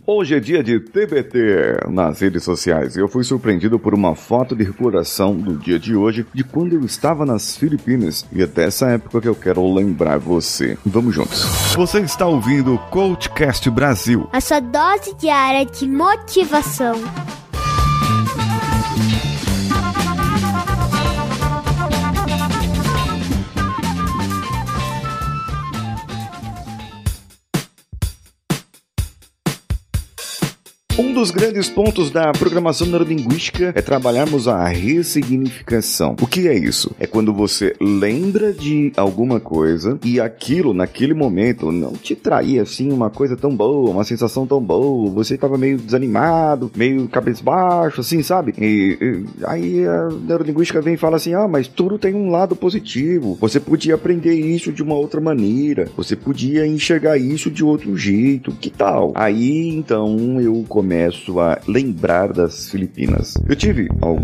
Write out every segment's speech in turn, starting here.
Hoje é dia de TBT nas redes sociais e eu fui surpreendido por uma foto de recordação do dia de hoje de quando eu estava nas Filipinas e é dessa época que eu quero lembrar você. Vamos juntos. Você está ouvindo o CoachCast Brasil, a sua dose diária de motivação. Um dos grandes pontos da programação neurolinguística é trabalharmos a ressignificação. O que é isso? É quando você lembra de alguma coisa e aquilo, naquele momento, não te traía assim uma coisa tão boa, uma sensação tão boa, você estava meio desanimado, meio cabisbaixo, assim, sabe? E aí a neurolinguística vem e fala assim, mas tudo tem um lado positivo, você podia aprender isso de uma outra maneira, você podia enxergar isso de outro jeito, que tal? Aí, então, eu começo a lembrar das Filipinas. Eu tive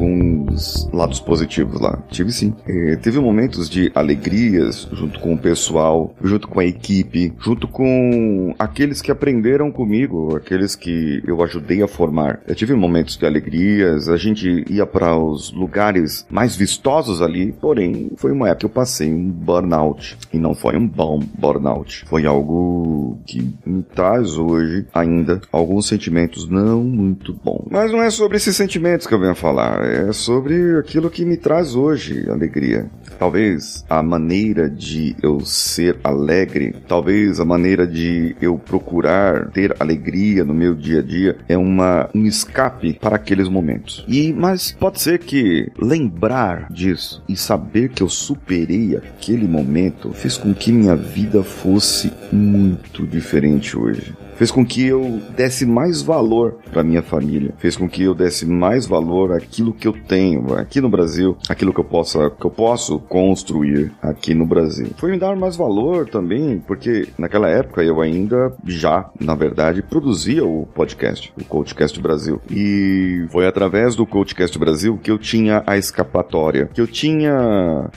alguns lados positivos lá. Tive sim. Teve momentos de alegrias junto com o pessoal, junto com a equipe, junto com aqueles que aprenderam comigo, aqueles que eu ajudei a formar. Eu tive momentos de alegrias, a gente ia para os lugares mais vistosos ali, porém, foi uma época que eu passei um burnout. E não foi um bom burnout. Foi algo que me traz hoje ainda alguns sentimentos não muito bom. Mas não é sobre esses sentimentos que eu venho falar, é sobre aquilo que me traz hoje alegria. Talvez a maneira de eu ser alegre, talvez a maneira de eu procurar ter alegria no meu dia a dia é um escape para aqueles momentos. Mas pode ser que lembrar disso e saber que eu superei aquele momento fez com que minha vida fosse muito diferente hoje. Fez com que eu desse mais valor para minha família. Fez com que eu desse mais valor àquilo que eu tenho aqui no Brasil, aquilo que eu posso construir aqui no Brasil. Foi me dar mais valor também, porque naquela época eu ainda na verdade, produzia o podcast, o CoachCast Brasil. E foi através do CoachCast Brasil que eu tinha a escapatória, que eu tinha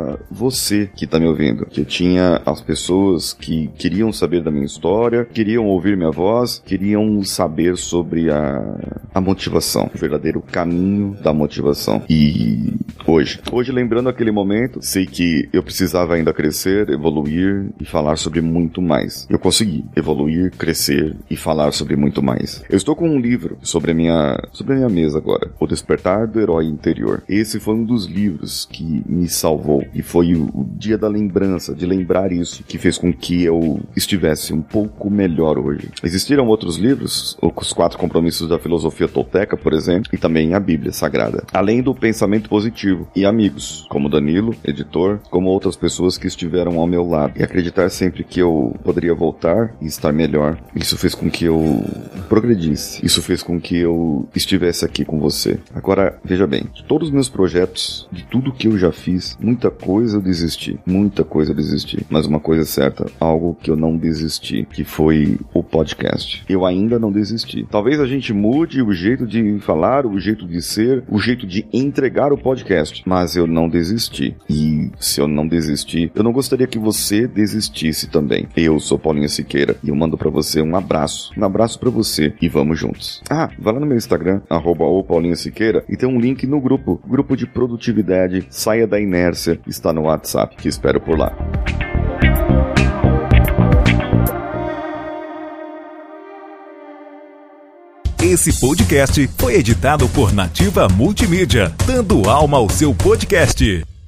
você que tá me ouvindo, que eu tinha as pessoas que queriam saber da minha história, queriam ouvir minha voz, queriam saber sobre a motivação, o verdadeiro caminho da motivação. E hoje lembrando aquele momento, sei que eu precisava ainda crescer, evoluir e falar sobre muito mais. Eu consegui evoluir, crescer e falar sobre muito mais. Eu estou com um livro sobre a minha mesa agora, O Despertar do Herói Interior. Esse foi um dos livros que me salvou e foi o dia da lembrança, de lembrar isso, que fez com que eu estivesse um pouco melhor hoje. Existiram outros livros, os 4 compromissos da filosofia tolteca, por exemplo, e também a Bíblia Sagrada. Além do pensamento positivo e amigos, como Danilo, editor, como outras pessoas que estiveram ao meu lado. E acreditar sempre que eu poderia voltar e estar melhor. Isso fez com que eu progredisse. Isso fez com que eu estivesse aqui com você. Agora, veja bem, de todos os meus projetos, de tudo que eu já fiz, muita coisa eu desisti. Mas uma coisa é certa, algo que eu não desisti, que foi o podcast. Eu ainda não desisti. Talvez a gente mude o jeito de falar, o jeito de ser, o jeito de entregar o podcast, mas eu não desisti. E se eu não desistir, eu não gostaria que você desistisse também. Eu sou Paulinho Siqueira e eu mando pra você um abraço. Um abraço pra você e vamos juntos. Vai lá no meu Instagram, @paulinhosiqueira, e tem um link no grupo de produtividade. Saia da inércia, está no WhatsApp. Te espero por lá. Esse podcast foi editado por Nativa Multimídia, dando alma ao seu podcast.